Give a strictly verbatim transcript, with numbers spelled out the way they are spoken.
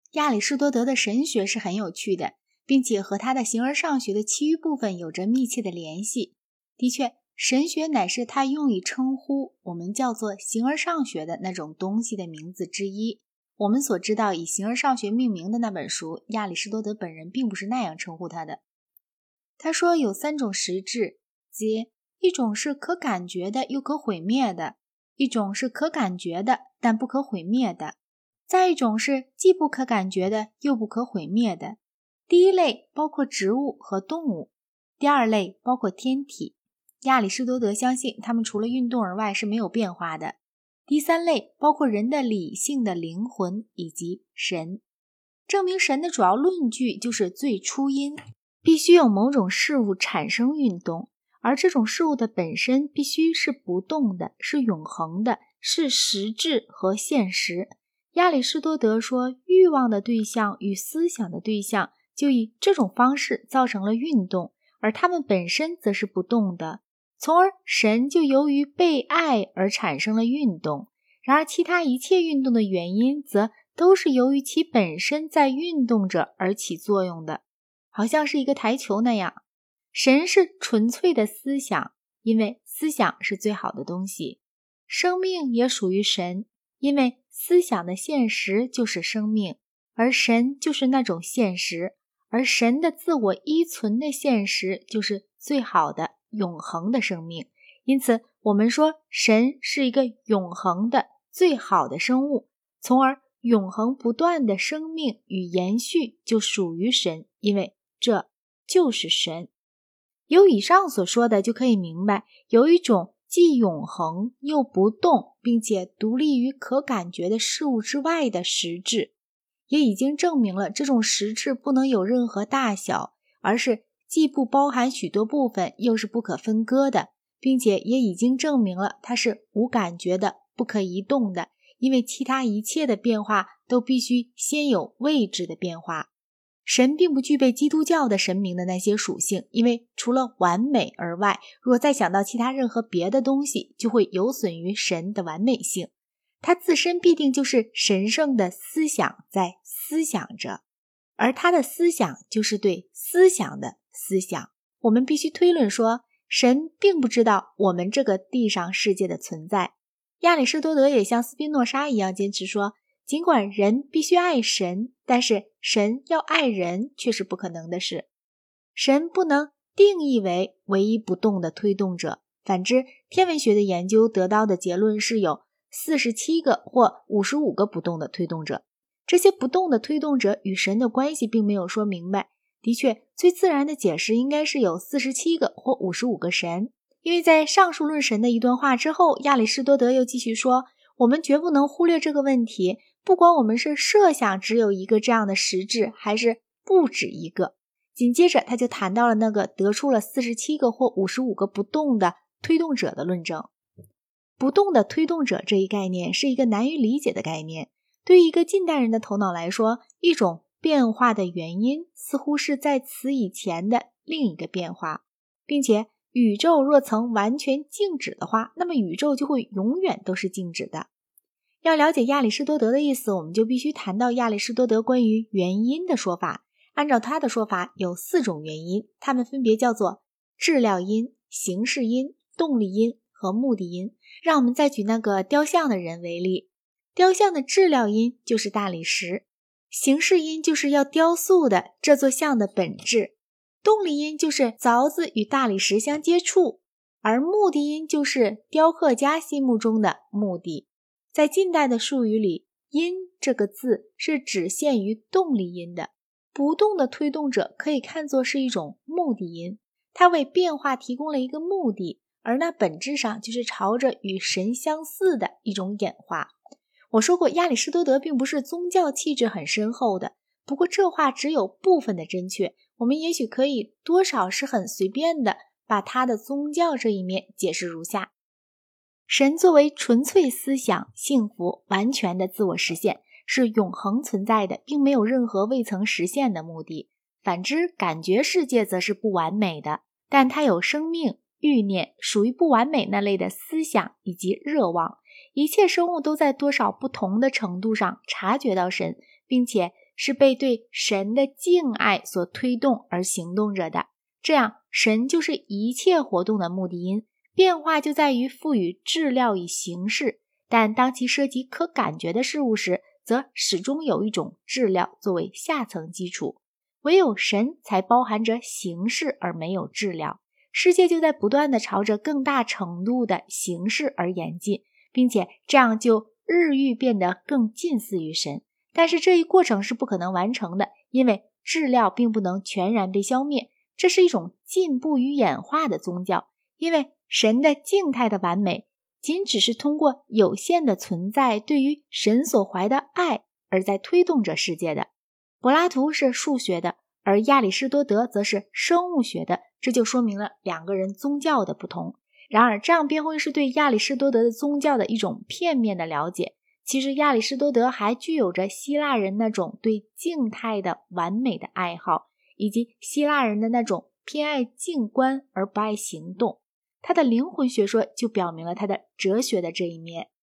亚里士多德的神学是很有趣的，并且和他的形而上学的其余部分有着密切的联系。的确，神学乃是他用以称呼我们叫做形而上学的那种东西的名字之一。我们所知道以形而上学命名的那本书，亚里士多德本人并不是那样称呼他的。他说有三种实质，即一种是可感觉的又可毁灭的，一种是可感觉的但不可毁灭的，再一种是既不可感觉的又不可毁灭的。第一类包括植物和动物，第二类包括天体。亚里士多德相信它们除了运动而外是没有变化的。第三类包括人的理性的灵魂以及神。证明神的主要论据就是最初因，必须有某种事物产生运动，而这种事物的本身必须是不动的，是永恒的，是实质和现实。亚里士多德说，欲望的对象与思想的对象就以这种方式造成了运动，而它们本身则是不动的，从而神就由于被爱而产生了运动。然而其他一切运动的原因则都是由于其本身在运动着而起作用的，好像是一个台球那样。神是纯粹的思想，因为思想是最好的东西。生命也属于神，因为思想的现实就是生命，而神就是那种现实，而神的自我依存的现实就是最好的永恒的生命。因此我们说神是一个永恒的最好的生物，从而永恒不断的生命与延续就属于神，因为这就是神。由以上所说的就可以明白，有一种既永恒又不动，并且独立于可感觉的事物之外的实质，也已经证明了这种实质不能有任何大小，而是既不包含许多部分，又是不可分割的，并且也已经证明了它是无感觉的，不可移动的，因为其他一切的变化都必须先有位置的变化。神并不具备基督教的神明的那些属性，因为除了完美而外，若再想到其他任何别的东西，就会有损于神的完美性。它自身必定就是神圣的思想在思想着，而它的思想就是对思想的思想。我们必须推论说，神并不知道我们这个地上世界的存在。亚里士多德也像斯宾诺莎一样坚持说，尽管人必须爱神，但是神要爱人却是不可能的事。神不能定义为唯一不动的推动者，反之，天文学的研究得到的结论是有四十七个或五十五个不动的推动者。这些不动的推动者与神的关系并没有说明白。的确，最自然的解释应该是有四十七个或五十五个神，因为在上述论神的一段话之后，亚里士多德又继续说，我们绝不能忽略这个问题，不管我们是设想只有一个这样的实质，还是不止一个。紧接着他就谈到了那个得出了四十七个或五十五个不动的推动者的论证。不动的推动者这一概念是一个难于理解的概念，对于一个近代人的头脑来说，一种变化的原因似乎是在此以前的另一个变化，并且宇宙若曾完全静止的话，那么宇宙就会永远都是静止的。要了解亚里士多德的意思，我们就必须谈到亚里士多德关于原因的说法。按照他的说法，有四种原因，它们分别叫做质料因、形式因、动力因和目的因。让我们再举那个雕像的人为例，雕像的质料因就是大理石，形式因就是要雕塑的这座像的本质，动力因就是凿子与大理石相接触，而目的因就是雕刻家心目中的目的。在近代的术语里，因这个字是只限于动力因的，不动的推动者可以看作是一种目的因，它为变化提供了一个目的，而那本质上就是朝着与神相似的一种演化。我说过，亚里士多德并不是宗教气质很深厚的，不过这话只有部分的真确，我们也许可以多少是很随便的把他的宗教这一面解释如下。神作为纯粹思想、幸福、完全的自我实现，是永恒存在的，并没有任何未曾实现的目的。反之，感觉世界则是不完美的，但它有生命、欲念，属于不完美那类的思想以及热望。一切生物都在多少不同的程度上察觉到神，并且是被对神的敬爱所推动而行动着的，这样神就是一切活动的目的因，变化就在于赋予质料与形式，但当其涉及可感觉的事物时，则始终有一种质料作为下层基础。唯有神才包含着形式而没有质料，世界就在不断地朝着更大程度的形式而演进，并且这样就日愈变得更近似于神。但是这一过程是不可能完成的，因为质料并不能全然被消灭，这是一种进步与演化的宗教，因为神的静态的完美仅只是通过有限的存在对于神所怀的爱而在推动着世界的。柏拉图是数学的，而亚里士多德则是生物学的，这就说明了两个人宗教的不同。然而这样便会是对亚里士多德的宗教的一种片面的了解，其实亚里士多德还具有着希腊人那种对静态的完美的爱好，以及希腊人的那种偏爱静观而不爱行动。他的灵魂学说就表明了他的哲学的这一面。